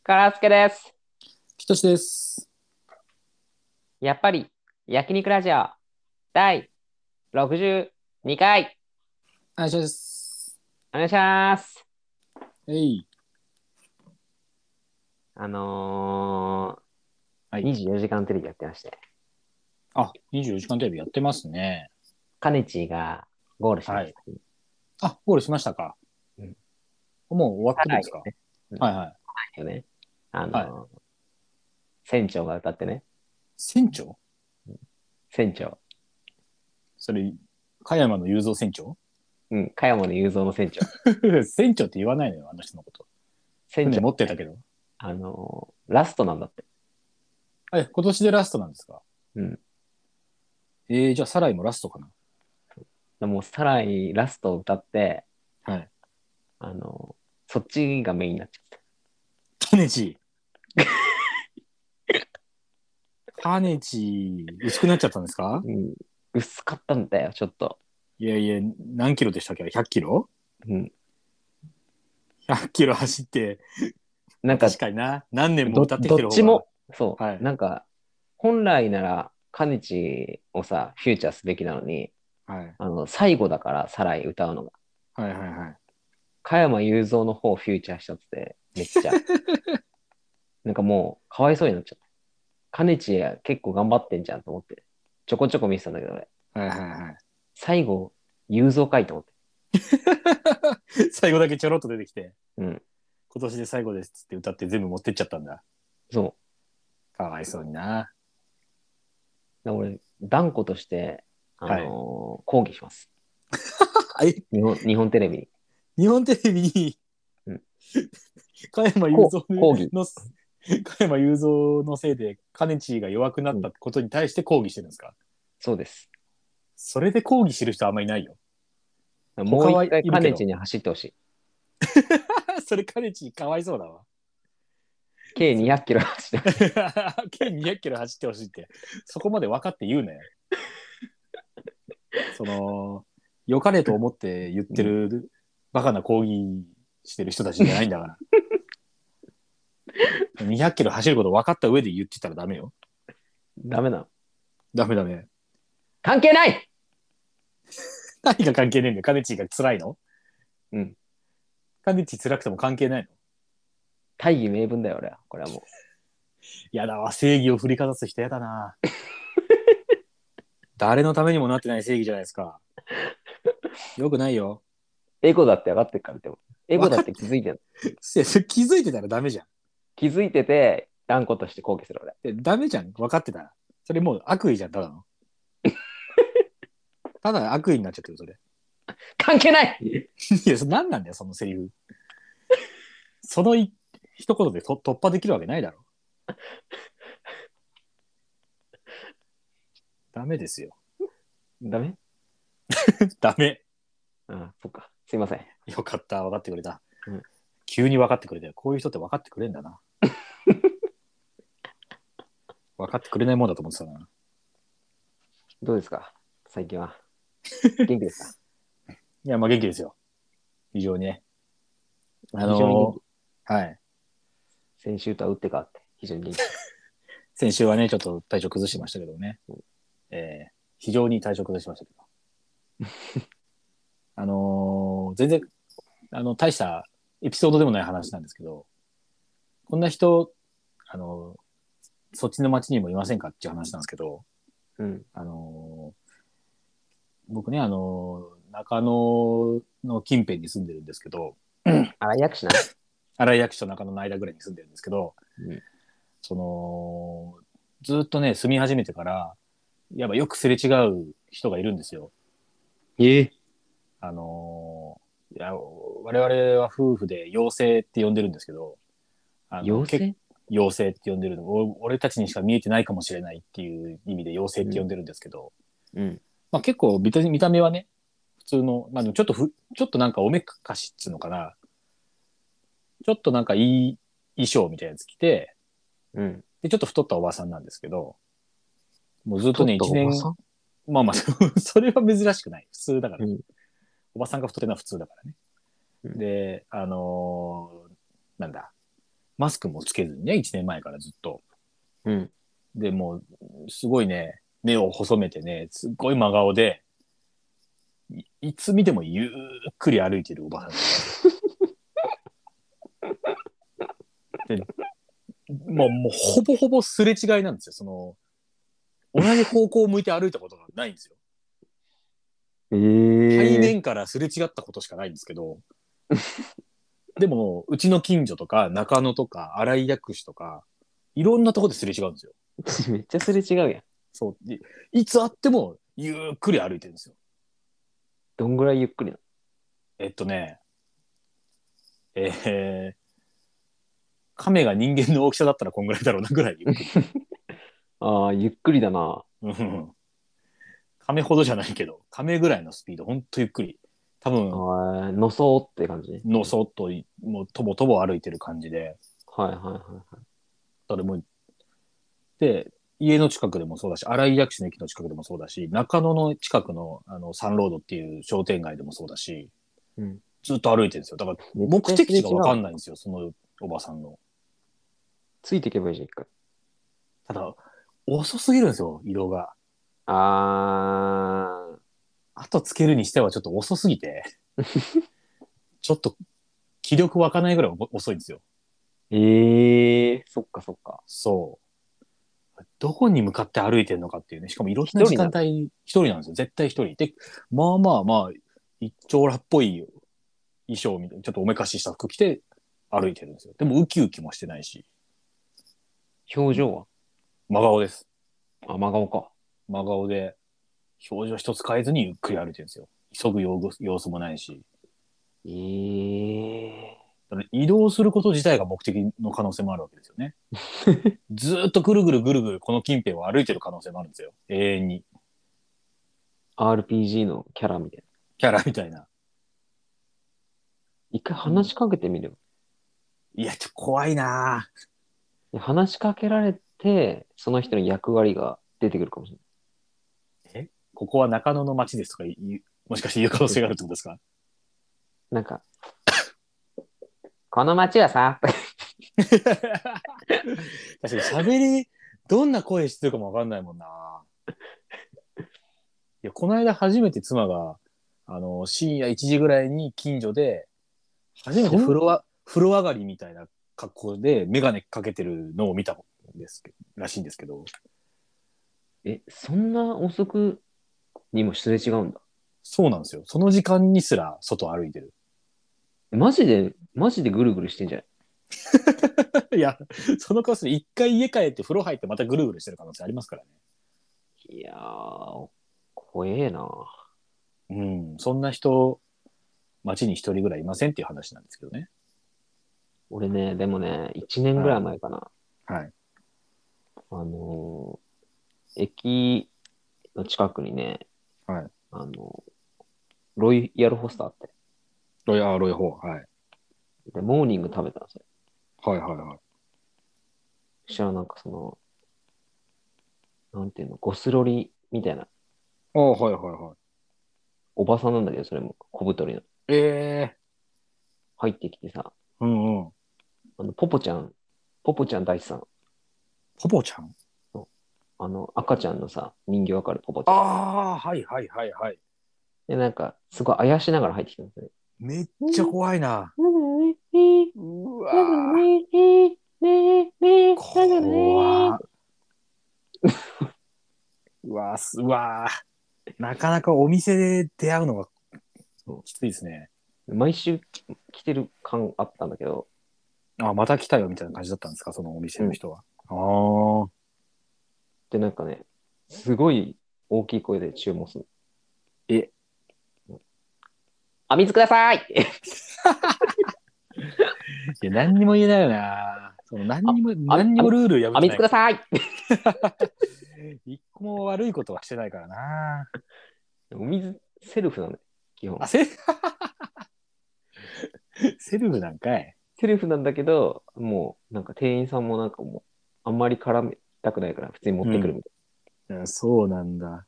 からすけです。 きとしです。 やっぱり、焼肉ラジオ、第62回、 お願いします。 お願いします。 えい。 あのはい。 24時間テレビやってまして、 あ、24時間テレビやってますね。 かねちーがゴールしまはい。 した。 あ、ゴールしましたか。 うん。 もう終わってるんですか？ サライよね。うん。 はいはい。 よね。 はい。 船長が歌ってね。 船長？ うん。船長。 それ、加山の雄三船長？ うん。茅野雄三の船長。 船長って言わないのよ、あの人のこと。 船長、 船持ってたけど。 ラストなんだって。 今年でラストなんですか？ うん。 じゃあ、サライもラストかな。 でもうサライラストを歌って、 はい。 あのそっちがメインになっちゃった。 タネチ。タネチ、薄くなっちゃったんですか？ うん。薄かったんだよ、ちょっと。 いやいや、何キロでしたっけ？ 100 キロ？ うん。 100 キロ走って、まあ、 なんか、 確かにな。何年もど、 歌ってきどてる方が。 っちも、そはい。 う、なんか、本来なら、カネチをさ、フューチャーすべきなのに、 はい。 最後だから、サライ歌うのが。 はいはいはい。 加山雄三の方をフューチャーしちゃってて、めっちゃ。なんかもう、かわいそうになっちゃった。カネチ結構頑張ってんじゃんと思って。ちょこちょこ見てたんだけど、俺。 はいはいはい。 最後、雄三かいと思って。 最後だけちょろっと出てきて、 うん。 今年で最後ですっつって歌って全部持ってっちゃったんだ。 そう。 かわいそうにな。 だから俺、断固として、 はい。 抗議します。 え、 日本テレビに。 日本テレビにうん。 加山雄三抗議。 の、加山雄三のせいでカネチーが弱くなうん。 ったことに対して抗議してるんですか？ そうです。 それで抗議してる人あんまりいないよ。他はいもう一回るけど。 カネチに走ってほしい。 それカネチーかわいそうだわ。 計200 それキロ走ってほしい。 計200キロ走ってほしいって、そこまで分かって言うなよ。その、良かれと思って言っうん。 てるバカな抗議してる人たちじゃないんだから。200キロ走ること分かった上で言ってたらダメよ。 ダメなの。 ダメダメ。 関係ない。 何が関係ねえんだよ。カネチーが辛いの？ うん。 カネチー辛くても関係ないの？ 大義名分だよ、俺は。これはもやだわ、正義を振りかざす人やだな。誰のためにもなってない正義じゃないですか。よくないよ。 う。エゴだって分かってるから、でも。エゴだって分かって、 気づいてる。 気づいてたらダメじゃん。 気づいてて、断固として抗議する俺。 ダメじゃん。分かってたら。それもう悪意じゃん、ただの。ただ悪意になっちゃってる、それ。 関係ない。 いや、何なんだよ、そのセリフ。その一言で突破できるわけないだろ。ダメですよ。 ダメ。 ダメ。 うん、そっか。すいません。 よかった、分かってくれた。 うん。 急に分かってくれたよ。こういう人って分かってくれんだな。分かってくれないもんだと思ってたな。 どうですか最近は。元気ですか？ いや、まあ元気ですよ。非常にね。あ非常に元の気。 はい。 先週とは打って変わって、非常に元気。 先週はね、ちょっと体調崩してましたけどね。非常に体調崩しましたけど。全然、大したエピソードでもない話なんですけど、こんな人、あのそっちの町にもいませんかっていう話なんですけど、 うん。 あの僕ね、中野の近辺に住んでるんですけど、 荒井薬師な。 新井薬師と中野の間ぐらいに住んでるんですけど、 うん。 その、ずっとね、住み始めてから、やっぱよくすれ違う人がいるんですよ。 えいや、我々は夫婦で妖精って呼んでるんですけど、あの、け妖精。 妖精って呼んでるの、俺たちにしか見えてないかもしれないっていう意味で妖精っうん。 て呼んでるんですけど、 うん。 まあ結構見た目はね、普通の、まあでもちょっとなんかおめかしっつうのかな、ちょっとなんかいい衣装みたいなやつ着て、 うん。 で、ちょっと太ったおばさんなんですけど、もうずっとね、 太った一年、 おばさん。 まあまあ、それは珍しくない。普通だから。 うん。 おばさんが太ってるのは普通だからね。 うん。 で、なんだ。 マスクもつけずにね、1年前からずっと。 うん。 で、もう、すごいね、目を細めてね、すっごい真顔で、いつ見てもゆっくり歩いてるおばさんですよ。で、もうほぼほぼすれ違いなんですよ。同じ方向を向いて歩いたことがないんですよ。対ええ面からすれ違ったことしかないんですけど、でも、うちの近所とか、中野とか、新井薬師とか、いろんなところですれ違うんですよ。 ー。めっちゃすれ違うやん。 そう。いつ会っても、ゆっくり歩いてるんですよ。 どんぐらいゆっくりなえっとね、えー、亀が人間の大きさだったらこんぐらいだろうなぐらいゆっくり。 の？ああ、ゆっくりだな。 うん。亀ほどじゃないけど、亀ぐらいのスピード、ほんとゆっくり。多分、 のそうって感じね。 のそっと、もう、とぼとぼ歩いてる感じで、 はいはいはい誰も、で、家の近くでもそうだし、新井薬師の駅の近くでもそうだし、中野の近くの、サンロードっていう商店街でもそうだし、 うん。 ずっと歩いてるんですよ。だから、 めっ目ちゃすれ違う。 的地がわかんないんですよ、そのおばさんの。 ついていけばいいじゃん、一回。 ただ、遅すぎるんですよ、移動が。 あ後つけるにしてはちょっと遅すぎて、ちょっと気力湧かないぐらい遅いんですよ。 ー。ええー、そっかそっか。 そう。どこに向かって歩いてるのかっていうね。しかもいろんな時一人なの？ 間帯、一人なんですよ。絶対一人。で、まあまあまあ、一丁羅っぽい衣装みたいな、ちょっとおめかしした服着て歩いてるんですよ。でもウキウキもしてないし、 表情は？ 真顔です。 あ、真顔か。 真顔で、表情一つ変えずにゆっくり歩いてるんですよ。急ぐ様子もないし。 ええだから移動すること自体が目的の可能性もあるわけですよね。ずーっとぐるぐるぐるぐるこの近辺を歩いてる可能性もあるんですよ。永遠に。 ー、RPG のキャラみたいな。 キャラみたいな。 一回話しかけてみるよ。 いや、怖いなぁ。 で話しかけられて、その人の役割が出てくるかもしれここは中野の街ですとかもしかして言う可能性があるってことですか？ ない。なんか、この街はさ、 確かに喋り、どんな声してるかもわかんないもんな。いや、この間初めて妻が、深夜1時ぐらいに近所で、初めてそん、 風呂上がりみたいな格好でメガネかけてるのを見たんですけど、らしいんですけど、 そんな遅くにもすれ違うんだ。 そうなんですよ。その時間にすら外歩いてる。 マジでぐるぐるしてんじゃん。 いや、その顔する一回家帰って風呂入ってまたぐるぐるしてる可能性ありますからね。 いやー、怖えな。 うん、そんな人、街に一人ぐらいいませんっていう話なんですけどね。 俺ね、でもね、1年ぐらいはい。 前かな。 はい。 あの駅の近くにね、 はい。 あのロイヤルホストあって。 ロイホー。はい。 で、モーニング食べたんですよ。 はいはいはい。 そしたらなんかなんていうの、ゴスロリみたいな、 ああ、はいはいはい。 おばさんなんだけど、それも小太りの。 ええ入ってきてさ、 ー。うんうん。 ポポちゃん大地さんポポちゃん。 の、赤ちゃんのさ、人形わかるポポちゃん。 ああ、はいはいはいはい。 で、なんか、すごいあやしながら入ってきたんですよ。 めっちゃ怖いな。 なんだろうね、ねうなんだろうわー。 ね、なんだろうね。 怖っ。うわー。なかなかお店で出会うのがそきついですね。 う毎週来てる感あったんだけど、 あ、また来たよみたいな感じだったんですか、そのお店うん。 の人は。ああ。 で、なんかね、すごい大きい声で注文する。 え、 あ、水ください。 いや、何にも言えないよな。 あ、 何にもルール破ってない。 水ください。 一個も悪いことはしてないからな。 お水、セルフなのよ、基本。 あ、セルフなんかい。 セルフなんだけど、もう、なんか店員さんもなんかもう、あんまり絡めたくないから普通に持ってくるうん。 みたそうなんだ。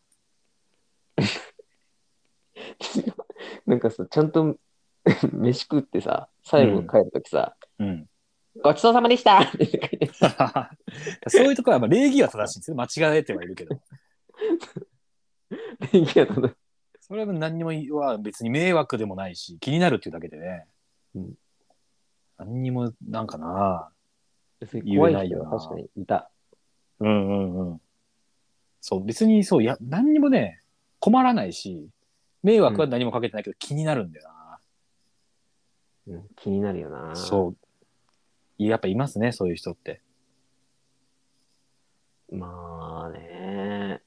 いな。なんかさ、ちゃんと飯食ってさ、最後うん。 帰るときさ、 うん。 ごちそうさまでしたそういうところはまあ礼儀は正しいんですよ。間違えてはいるけど。 電気が届く。 それは何にもは別に迷惑でもないし、気になるっていうだけでね。 うん。 何にもなんかな、言え怖い人ないよな。 が確かにいた。 うんうんうん。そう、別にそう、いや、何にもね、困らないし、迷うん。 惑は何もかけてないけど気になるんだよな。 うん、気になるよな。 そう。やっぱいますね、そういう人って。 まあね。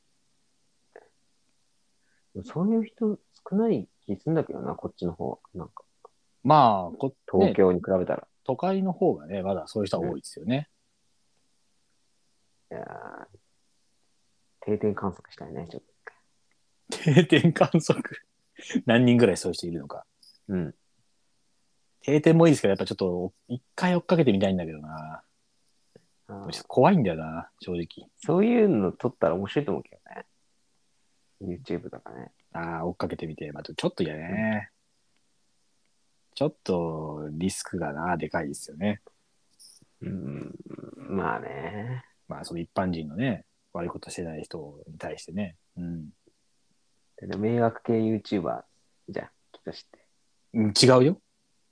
そういう人少ない気するんだけどな、こっちの方は。なんか、 まあ、ね、 東京に比べたら。 都会の方がね、まだそういう人はうん。 多いですよね。 いやー、定点観測したいね、ちょっと。 定点観測。何人ぐらいそういう人いるのか。 うん。 定点もいいですけど、やっぱちょっと一回追っかけてみたいんだけどな。 あちょっとー、 怖いんだよな、正直。 そういうの撮ったら面白いと思うけどね。YouTube とかね。 ああ、追っかけてみて。まあ、ちょっと嫌うん。 ね。ちょっとリスクがな、でかいですよね。 うん、まあね。 まあ、その一般人のね、悪いことしてない人に対してね。うん。 で迷惑系 YouTuber じゃん、きっと知って。 うん違うよ。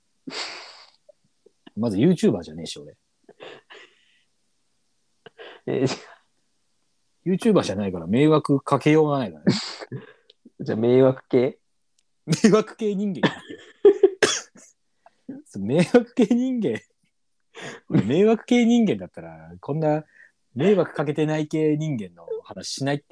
まず YouTuber じゃねえし、俺。 じ YouTuber じゃないから迷惑かけようがないからね。 じゃあ迷惑系。 迷惑系人間じゃないよ。迷惑系人間。俺、迷惑系人間だったら、こんな迷惑かけてない系人間の話しないって。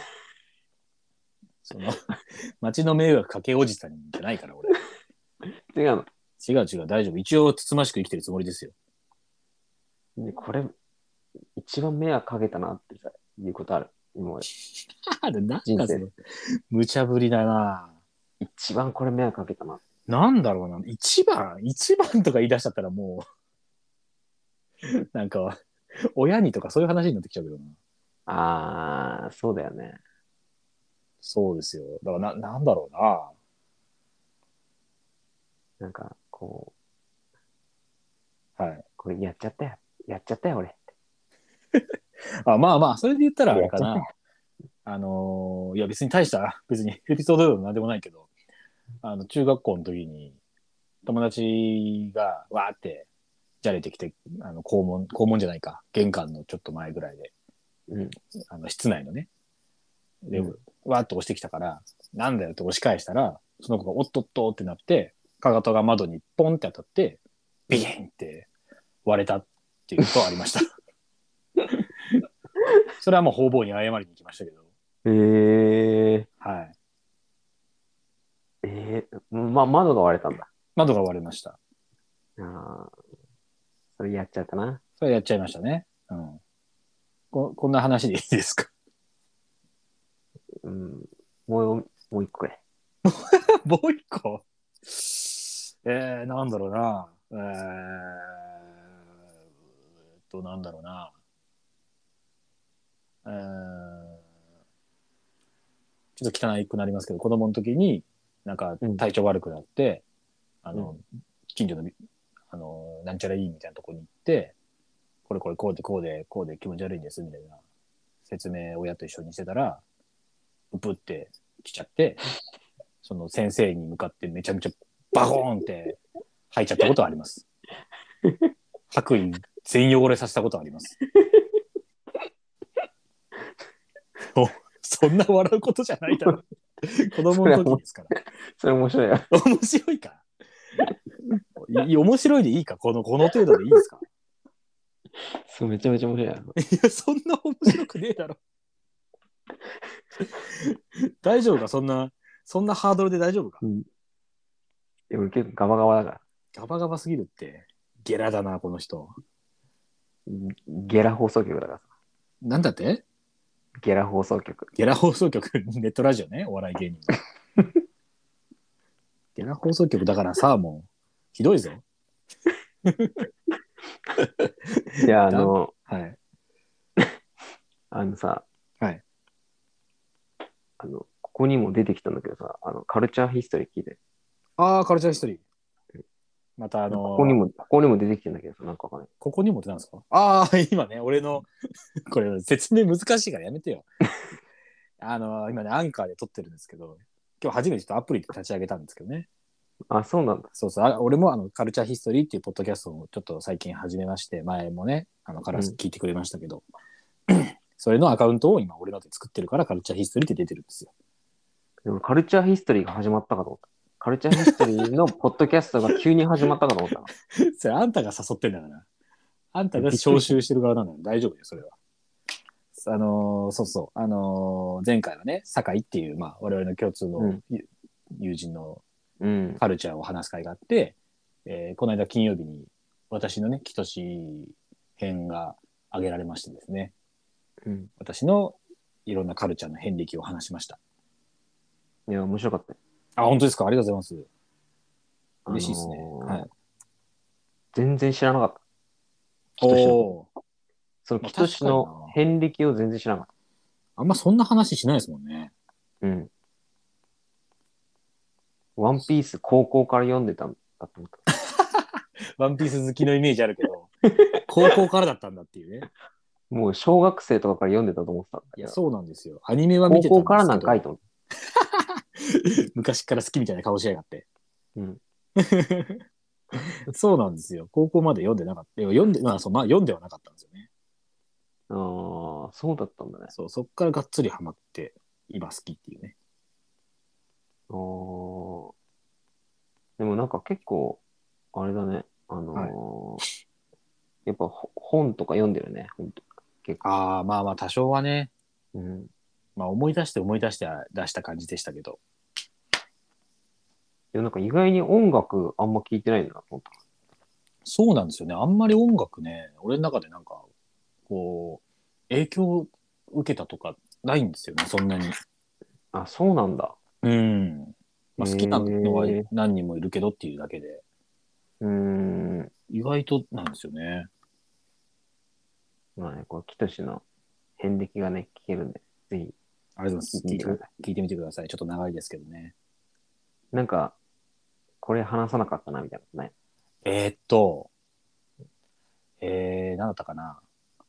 その、街の迷惑かけおじさんじゃないから、俺。 違うの。 違う違う、大丈夫。一応、つつましく生きてるつもりですよ。 ね、これ、一番迷惑かけたなってさ、いうことある。今まで。 あれ、なん人生で。 だその、無茶ぶりだな。 一番これ迷惑かけたな。 なんだろうな。一番とか言い出しちゃったらもう、なんか、親にとかそういう話になってきちゃうけどな。 あー、そうだよね。 そうですよ。だからなんだろうな。 なんか、こう、 はい。 これやっちゃったよ。やっちゃったよ、俺。 あ、まあまあ、それで言ったらあこれやれかな。 っちゃったよ。 いや別に大した、別にエピソードでもなんでもないけど、中学校の時に友達がわーってじゃれてきて、校門じゃないか、玄関のちょっと前ぐらいで、 うん。 室内のね、で、 うん。 わーっと押してきたから、なんだよって押し返したら、その子がおっとっとってなって、かかとが窓にポンって当たって、ビキンって割れたっていうことはありました。それはもう方々に謝りに行きましたけど、 えはい。 窓が割れたんだ。 窓が割れました。 あー、それやっちゃったな。 それやっちゃいましたね。うん。こんな話でいいですか？ うん。もう一個くれ。 もう一個。なんだろうな。なんだろうな。ちょっと汚くなりますけど、子供の時に、なんかうん。 体調悪くなって、あうん。 の、近所の、なんちゃらいいみたいなとこに行って、これこれこうでこうでこうで気持ち悪いんです、みたいな説明を親と一緒にしてたら、うぷって来ちゃって、その先生に向かってめちゃめちゃバコーンって吐いちゃったことはあります。白衣全汚れさせたことはあります。そんな笑うことじゃないだろ。子供の時ですから。 それ面白いよ。 面白いか面白いでいいかこの程度でいいですか？ そう、めちゃめちゃ面白いよ。 いや、そんな面白くねえだろ。大丈夫かそんなハードルで大丈夫か？ うん。でも結構ガバガバだから。 ガバガバすぎるって。ゲラだな、この人。 ゲラ放送局だからさ。 なんだって？ ゲラ放送局。 ゲラ放送局、ネットラジオね、お笑い芸人の。ゲラ放送局だからさ、もう、ひどいぞ。 いや、 はい。 あのさ、 はい。 ここにも出てきたんだけどさ、カルチャーヒストリー聞いて。 ああ、カルチャーヒストリー。 またここにも出てきてんだけどさ、なんかわかんない。 ここにもってなんですか？ああ、今ね、俺の、これ説明難しいからやめてよ。今ね、アンカーで撮ってるんですけど、今日初めてちょっとアプリで立ち上げたんですけどね。 あ、そうなんだ。 そうそう、俺もカルチャーヒストリーっていうポッドキャストをちょっと最近始めまして、前もね、カラス聞いてくれましたけど、それのアカウントを今俺ので作ってるからカルチャーヒストリーって出てるんですよ。 でもカルチャーヒストリーが始まったかと思った。カルチャーヒストリーのポッドキャストが急に始まったかと思ったな。 それあんたが誘ってんだから。あんたがびっくりした。 招集してる側なんだよ。大丈夫よ、それは。そうそう。前回はね、酒井っていう、まあ、我々の共通の友人のうん。 カルチャーを話す会があって、この間金曜日に私のね、キトシ編が挙げられましてですね、 うん。 私のいろんなカルチャーの遍歴を話しました。 いや、面白かったよ。 あ、本当ですか？ありがとうございます。 あ嬉しいですね。はい。 全然知らなかった。キトシのこと。 おー。 そのまあ、 キト確かにな。 シの遍歴を全然知らなかっあんまそんな話しないですもんね。 た。うん。ワンピース高校から読んでたんだと思った。 ワンピース好きのイメージあるけど、高校からだったんだっていうね。 もう小学生とかから読んでたと思ってたんだいや、 けど、 そうなんですよ。アニメは見てたんで高校からすけど、 なんかいと思った。 昔から好きみたいな顔しやがって。 うん。 そうなんですよ。高校まで読んでなかった。まあ読んではなかったんですよね。 ああ、そうだったんだね。 そう、そっからがっつりハマって、今好きっていうね。 ああ、でもなんか結構、あれだね。 はい。 やっぱ本とか読んでるね。本当結構。 ああ、まあまあ多少はね、 うん。 まあ思い出して出した感じでしたけど。 でもなんか意外に音楽あんま聞いてないんだなと思った。 そうなんですよね。あんまり音楽ね、俺の中でなんか、こう、影響を受けたとかないんですよね、そんなに。 あ、そうなんだ。 うん。 へまあ好きなのはえ。 何人もいるけどっていうだけで、 うーん。 意外となんですよね。 まあね、これ、キトシの遍歴がね、聞けるんで、ぜひありがとうございます。 聞いてみてください。 聞いてみてください。ちょっと長いですけどね。 なんか、これ話さなかったな、みたいなことね。 えーっと、何だったかな。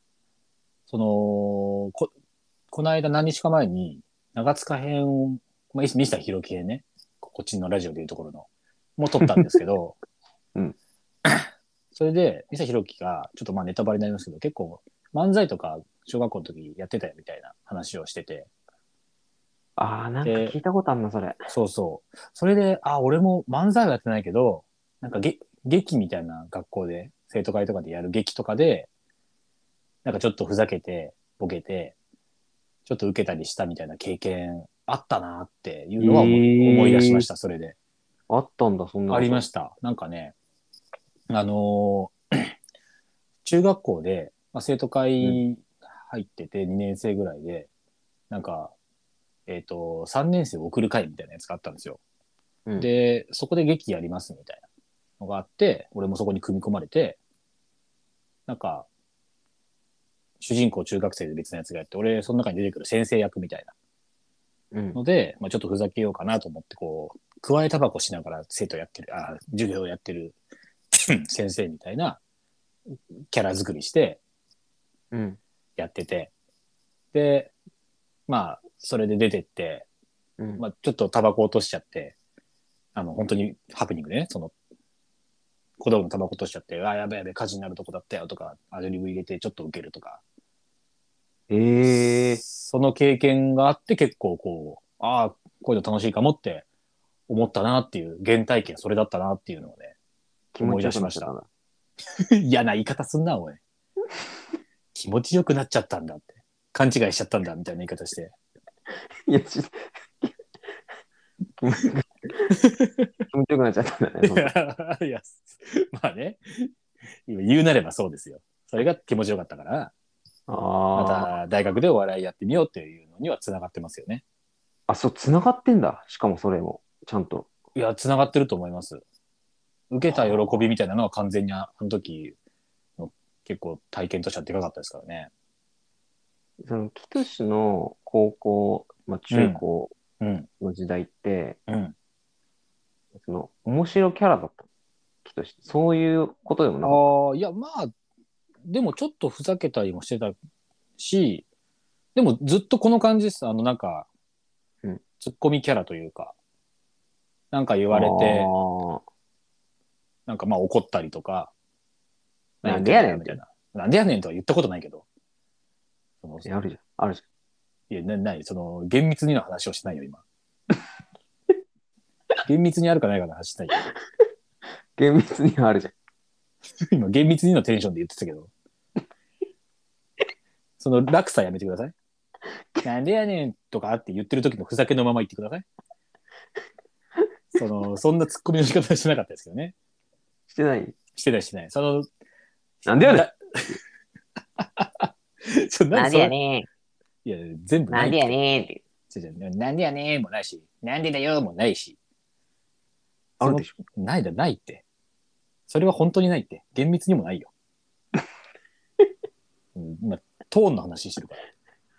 この間何日か前に、長塚編、まあ、ミスターヒロキ編ね、こっちのラジオでいうところの、もう撮ったんですけど、 うん。 それで、ミスターヒロキが、ちょっとまあネタバレになりますけど、結構漫才とか小学校の時やってたよみたいな話をしてて、 ああ、なんかで、 聞いたことあんな、それ。 そうそう。それで、俺も漫才はやってないけど、なんか劇みたいな学校で、生徒会とかでやる劇とかで、なんかちょっとふざけて、ボケて、ちょっと受けたりしたみたいな経験あったなっていうのは思い出しまええ、 した、それで。 あったんだ、そんなあこと。 りました。なんかね、あの中学校で、まあ、生徒うん。 会入ってて2年生ぐらいで、なんか、3年生を送る会みたいなやつがあったんですよ。 うん。 で、そこで劇やりますみたいなのがあって、俺もそこに組み込まれて、なんか、主人公中学生で別のやつがやって、俺、その中に出てくる先生役みたいなうん。 ので、まあ、ちょっとふざけようかなと思って、こう、加えタバコしながら生徒やってる、授業をやってる先生みたいなキャラ作りしてうん。 やってて、で、まあ、それで出てって、 うん。 まあ、ちょっとタバコ落としちゃって、本当にハプニングでね、その、小道具のタバコ落としちゃって、やべやべ、火事になるとこだったよとか、アドリブ入れてちょっと受けるとか、 ええ、 その経験があって結構こう、こういうの楽しいかもって思ったなっていう、原体験それだったなっていうのをね、思い気持ちよく出しました。 なっちゃったんだ。 嫌な言い方すんな、おい。気持ちよくなっちゃったんだって。勘違いしちゃったんだ、みたいな言い方して。 いや、気持ちよくなっちゃったんだね、 いその時。 や、まあね、言うなればそうですよ。それが気持ちよかったから、まああ。 た大学でお笑いやってみようっていうのには繋がってますよね。 あ、そう、繋がってんだ。しかもそれも、ちゃんと。 いや、繋がってると思います。受けた喜びはあ。 みたいなのは完全にあの時の結構体験としてはでかかったですからね。 その、キトシの高校、まあ、 うん、 中高うん、 の時代って、 うん。 その、面白キャラだったの。キとして。そういうことでもなかっああ、いや、まあ、でもちょっとふざけたりもしてたし、でもずっとこの感じです。なんか、 うん、 ツッコミキャラというか、なんか言た。 われて、 あなんかまあ怒ったりとか、 あ、なん何言ってんでやねんって。 だよみたいな。なんでやねんとは言ったことないけど。そのあるじゃん。あるじいや、その、厳密にの話をしてないよ、今。厳密にあるかないかの話してないよ。 ゃん。厳密にはあるじゃん。 今、厳密にのテンションで言ってたけど、その落差やめてください。なんでやねんとかって言ってる時のふざけのまま言ってください。そんなツッコミの仕方はしてなかったですけどね。 してない。 してないしてない。 なんでやねん。 だなんでやん。 ねいや、全部ん。なんでやないって。 ねんって。 なんでやねんもないし、なんでだよもないし。 あるでしょ。 ないって。それは本当にないって。厳密にもないよ。今、トーンの話してるから。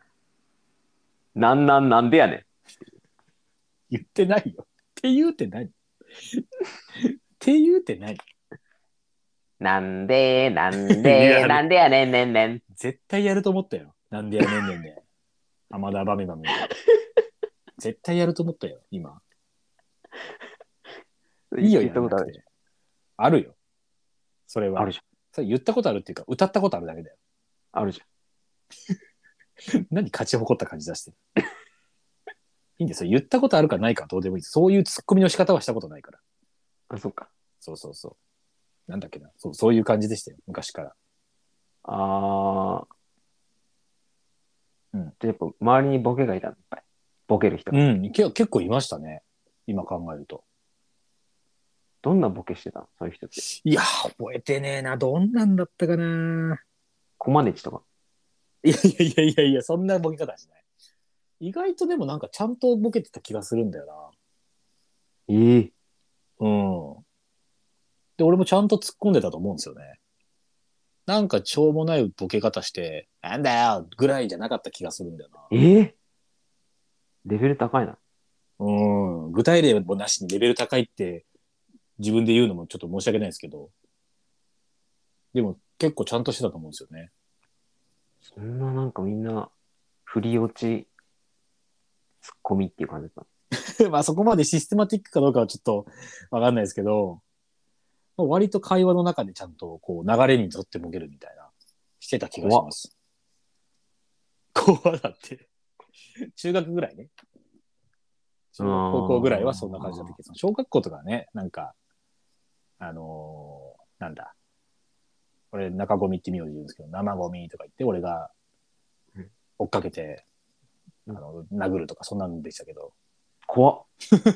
なんでやねん。 言ってないよ。って言うって何って言うって何なんで、なんいで、 や、 なんでやねんねんねん。 絶対やると思ったよ。なんでやねんねんね。浜田バメバメ。絶対やると思ったよ、今。いいよ、 言っやんなくて。 たことあるでしょ。 あるよ。それは。 あるじそれ言ったことあるっていうか、歌ったことあるだけだよ。 ゃん。あるじ何勝ち誇った感じ出してる。いいんですよ。言ったことあるかないかはどうでもいいです。そういうツッコミの仕方はしたことないから。 ゃん。あ、そっか。 そうそうそう。なんだっけな。そういう感じでしたよ。昔から。 あー。 うん。 じゃあやっぱ周りにボケがいたのいっぱい。ボケる人が。 うん。結構いましたね。今考えると。 どんなボケしてたのそういう人って。 いや、覚えてねえな。どんなんだったかな。 コマネチとか。 いや、そんなボケ方はしない。意外とでもなんかちゃんとボケてた気がするんだよええな。うん。で、俺もちゃんと突っ込んでたと思うんですよね。なんかしょうもないボケ方して、なんだよぐらいじゃなかった気がするんだよな。 ええレベル高いな。 うん。具体例もなしにレベル高いって自分で言うのもちょっと申し訳ないですけど、でも結構ちゃんとしてたと思うんですよね。 そんななんかみんな、振り落ち、ツッコミっていう感じだっまあそこまでシステマティックかどうかはちょっとわかんないですけど、割と会話の中でちゃんとこう流れに沿ってボケるみたいな、してた気た。怖っ。 がします。怖だって。中学ぐらいね。 う中学高校ぐらいはそんな感じだったーん。 けど、小学校とかね、なんか、なんだ、俺中ゴミって名字言うんですけど、生ゴミとか言って俺が追っかけて、殴るとかそんなんでしたけど、 怖っ。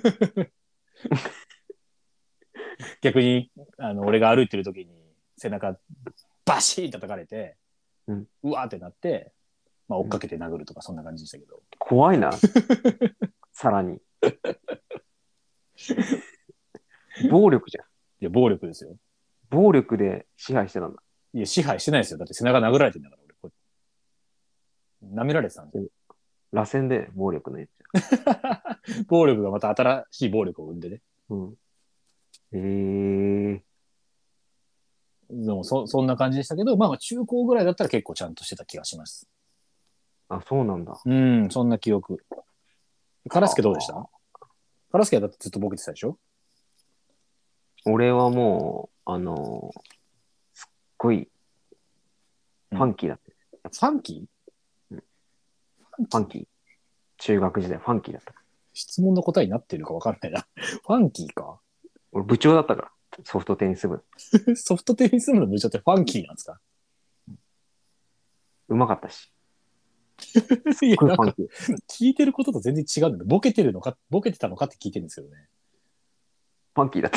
逆に、俺が歩いてる時に背中バシーン叩かれて、 うん。 うわーってなって、まあ追っかけて殴るとかそんな感じでしたけど。 怖いな。さらに。暴力じゃん。 いや、暴力ですよ。 暴力で支配してたんだ。 いや、支配してないですよ。だって背中殴られてんだから、俺。舐められてたんですよ。 螺旋で暴力のやつ暴力がまた新しい暴力を生んでね。 じゃん。うん。ええでもそんな感じでしたけど、まあ中高ぐらいだったら結構ちゃんとしてた気がします。 あ、そうなんだ。 うん、そんな記憶。カラスケどうでしたはカラスケはだってずっとボケてたでしょ俺はもう、すっごい、ファンキーだった。 ファンキーファンキー。中学時代、ファンキーだった。 質問の答えになってるか分かんないな。ファンキーか。 俺部長だったから。ソフトテニス部。 ソフトテニス部の部長ってファンキーなんですかうまかったし。 いや、なんか、 ファンキー。 聞いてることと全然違うんだよ。ボケてたのかって聞いてるんですけどね。 ファンキーだった。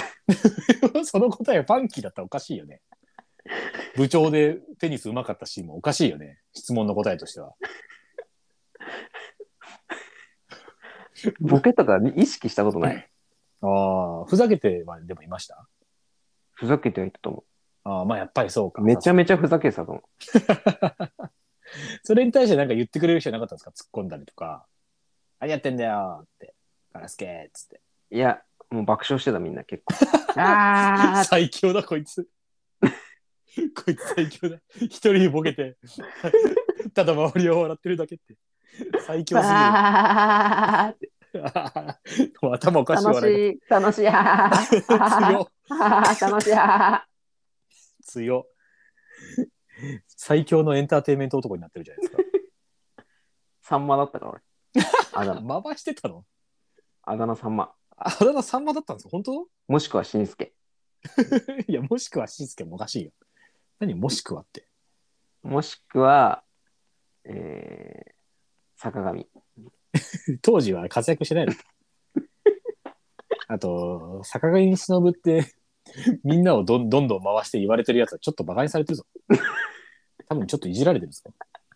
その答えはファンキーだったらおかしいよね。部長でテニスうまかったし、もうおかしいよね。質問の答えとしては。 ボケとかに意識したことない。 ああ、ふざけてはでもいましたふざけてはいたと思ああ、まあやっぱりそうか。 う。めちゃめちゃふざけてたと思それに対してなんか言ってくれる人いなかったんですか突っ込んだりとか。何やってんだよって。ガラスケーっつって。 う。いや、 もう爆笑してたみんな結構。あー最強だこいつ。こいつ最強だ。一人にボケて、ただ周りを笑ってるだけって。最強すぎる。 バーってもう頭おかしい楽笑いしい、楽しい、あー強っあー楽しい、あ強っ。最強のエンターテインメント男になってるじゃないですか。 さんまだったから俺。あだ名、 回してたの？ あだ名さんま。 あだ名さんまだったんですか？本当？ もしくはしんすけ。 いや、もしくはしんすけもおかしいよ。何もしくはって。 もしくは、えー、坂上。 当時は活躍してないの。あと、坂上忍ってみんなをどんどん回して言われてるやつはちょっと馬鹿にされてるぞ。多分ちょっといじられてるんですか？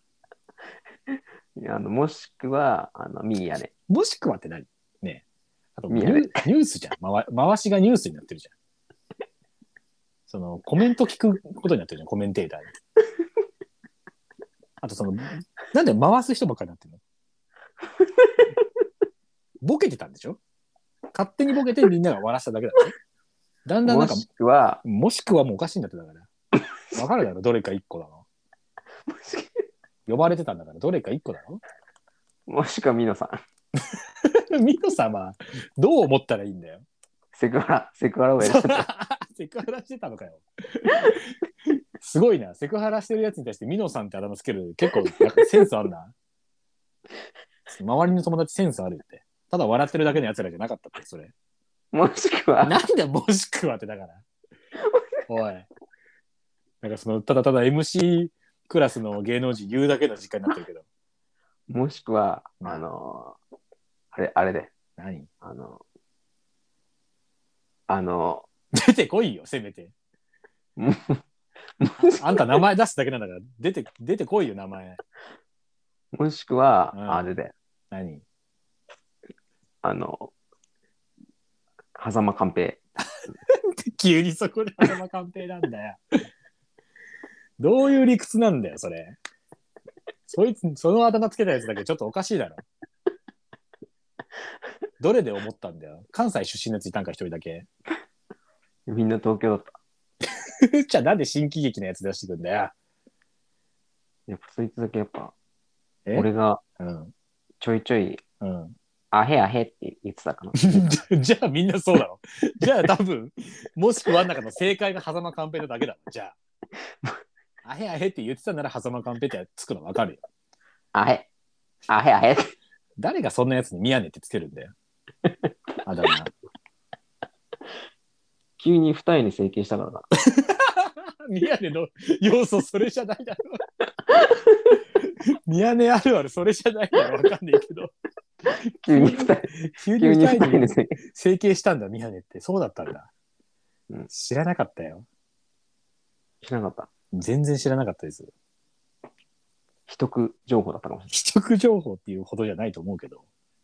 もしくは、ミーヤね。 もしくはって何？ねえ。あとミーヤね。 ニュースじゃん。回しがニュースになってるじゃん。そのコメント聞くことになってるじゃん、コメンテーターに。あとなんで回す人ばっかりになってるの？ボケてたんでしょ？勝手にボケてみんなが笑しただけだね。だんだんなんか、 もしくは、 もしくはもうおかしいんだってだから。わかるだろ、どれか一個だの。呼ばれてたんだから、どれか一個だろ。 もしくはミノさん。 ミノ様、どう思ったらいいんだよ。 セクハラをやらせて。 セクハラしてたのかよ。すごいな。セクハラしてるやつに対してミノさんってあだ名つける結構センスあるな。周りの友達センスあるって。ただ笑ってるだけのやつらじゃなかったって、それ。 もしくは、 なんでもしくはってだから。おい。なんかただただ MC クラスの芸能人言うだけの時間になってるけど。 もしくは、あれで、 何？出てこいよ、せめて。 もあんた名前出すだけなんだから、出てこいよ、名前。 もしくは、 うんあれで、 何？ 狭間寛平。 急にそこで頭鑑定なんだよ。どういう理屈なんだよ、それ。そのあだ名つけたやつだけちょっとおかしいだろ。どれで思ったんだよ。関西出身のやついたんか、一人だけ。 みんな東京だった。 じゃあなんで新喜劇のやつ出してくんだよ。 やっぱそいつだけやっぱ、 え？ 俺がうん。 ちょいちょい、 うん。 あへあへって言ってたかな。 じゃあみんなそうだろ。じゃあ多分、もしくはの中の正解が狭間寛平なだけだろ。じゃあ。あへあへって言ってたなら狭間寛平ってつくの分かるよ。 あへ、あへあへ。 誰がそんなやつに宮根ってつけるんだよ。あだ名。 急に二重に整形したからな。 宮根の要素それじゃないだろ。宮根あるあるそれじゃないだろ。分かんないけど。 急に二重、 急に急に二二重に重に整形。 整形したんだ、宮根って。そうだったんだ。 うん知らなかったよ。 しなかった。 全然知らなかったです。 秘匿情報だったかもしれない。 秘匿情報っていうほどじゃないと思うけど。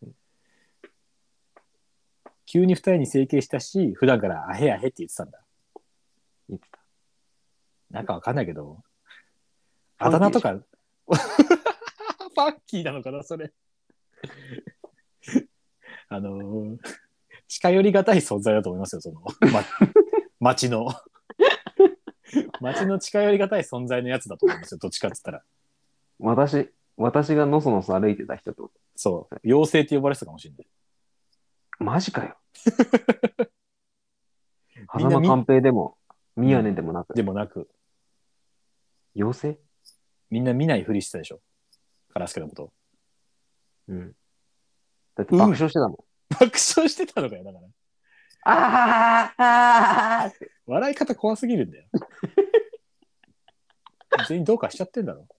急に二重に整形したし、普段からアヘアヘって言ってたんだ。 言ってた。 なんかわかんないけど、あだ名とか、ファンキーなのかな、それ。近寄りがたい存在だと思いますよ、街の。街の近寄りがたい存在のやつだと思いますよ、どっちかっつったら。 私がのそのそ歩いてた人ってこそう、妖精って呼ばれてたかもしれない。 と？マジかよ。 みんな狭間寛平でも、宮根でもなく、 でもなく、 妖精？ みんな見ないふりしてたでしょ、カラスケのこと。 うん。だって爆笑してたもん。 爆笑してたのかよ、だから。 あーあーって笑い方怖すぎるんだよ。全員どうかしちゃってんだろ。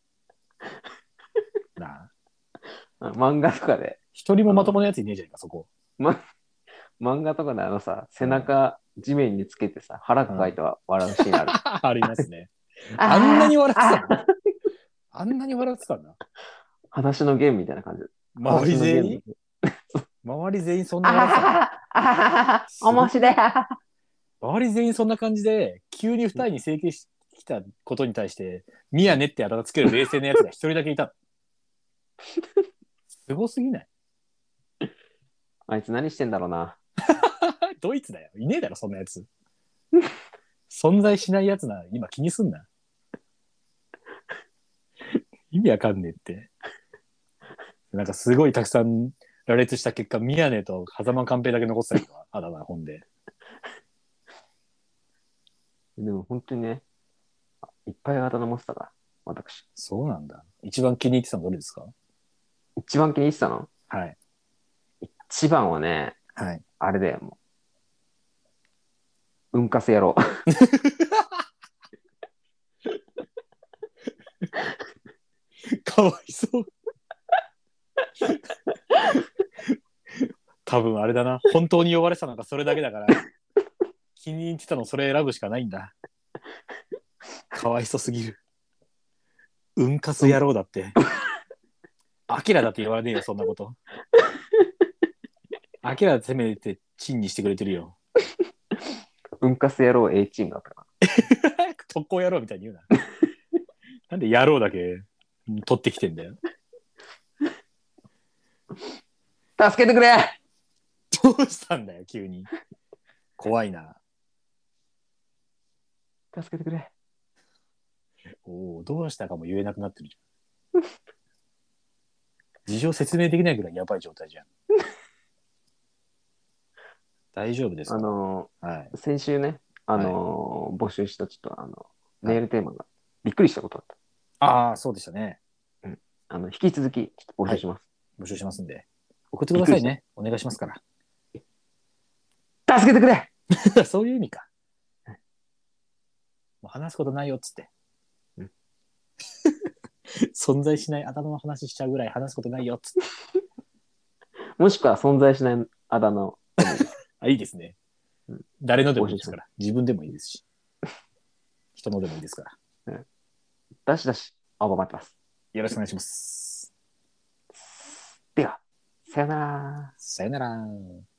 なあ。 漫画とかで、 一人もまともなやついねえじゃんか、そこ。 漫画とかで背中地面につけてさ、腹抱えて笑うシーンある。 ありますね。あんなに笑ってたの？あんなに笑ってたんだ。 裸足のゲームみたいな感じ。 周り全員周り全員そんな笑ってたの？ 面白い。 周り全員そんな感じで、急に二重に整形してきたことに対して、宮根ってあだ名つける冷静なやつが一人だけいたの。すごすぎない？ あいつ何してんだろうな。 ドイツだよ。いねえだろ、そんなやつ。存在しないやつな、今気にすんな。意味わかんねえって。なんかすごいたくさん羅列した結果、宮根と狭間寛平だけ残ってたけど、あだ名本で。 でも本当にね、いっぱいあだ名持ってたから、私。 そうなんだ。一番気に入ってたのどれですか？ 一番気に入ってたのはい。 一番はね、 はい。 あれだよ、もう。うんかせ野郎。 かわいそう。多分あれだな。本当に呼ばれてたのがそれだけだから、気に入ってたのそれ選ぶしかないんだ。かわいそすぎる。うんかす野郎だって。アキラだって言われねえよ、そんなこと。アキラせめてチンにしてくれてるよ。 うんかせ野郎 A チームだったか特攻野郎みたいに言うな。なんで野郎だけ取ってきてんだよ。 な。助けてくれどうしたんだよ、急に。怖いな。 助けてくれ。 おお、どうしたかも言えなくなってるじゃん。事情説明できないぐらいやばい状態じゃん。大丈夫ですか？はい。 先週ね、 はい。 募集したちょっとはい。 メールテーマがびっくりしたことだっああ、そうでしたね。 た。うん。引き続きちょっと募はい。 集します。 募集しますんで。送ってくびっくりした。 ださいね。お願いしますか助けてくれら。そういう意味か。もう話すことないよっつって。 うん。 存在しない頭の話しちゃうぐらい話すことないよっつって。 もしくは存在しないあだ名でもいいです。 あ、いいですね。 うん。 誰のでも募集します。 いいですから。自分でもいいですし。人のでもいいですから。 うん。だしだし、応募待ってます。 よろしくお願いします。 では、さよなら。 さよなら。